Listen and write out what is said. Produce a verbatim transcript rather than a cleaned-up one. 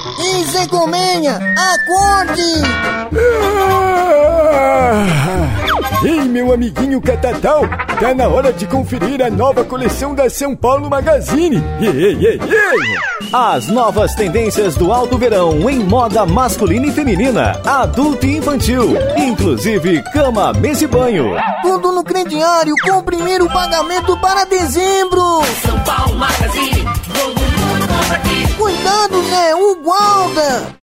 Ei, Zé Gomenha, acorde! Ah, ei, meu amiguinho Catatal, tá na hora de conferir a nova coleção da São Paulo Magazine. Ei, ei, ei, ei. As novas tendências do alto verão em moda masculina e feminina, adulto e infantil, inclusive cama, mesa e banho. Tudo no crediário com o primeiro pagamento para dezembro. São Paulo Magazine, todo mundo compra aqui. Cuidado, Zé, o guarda!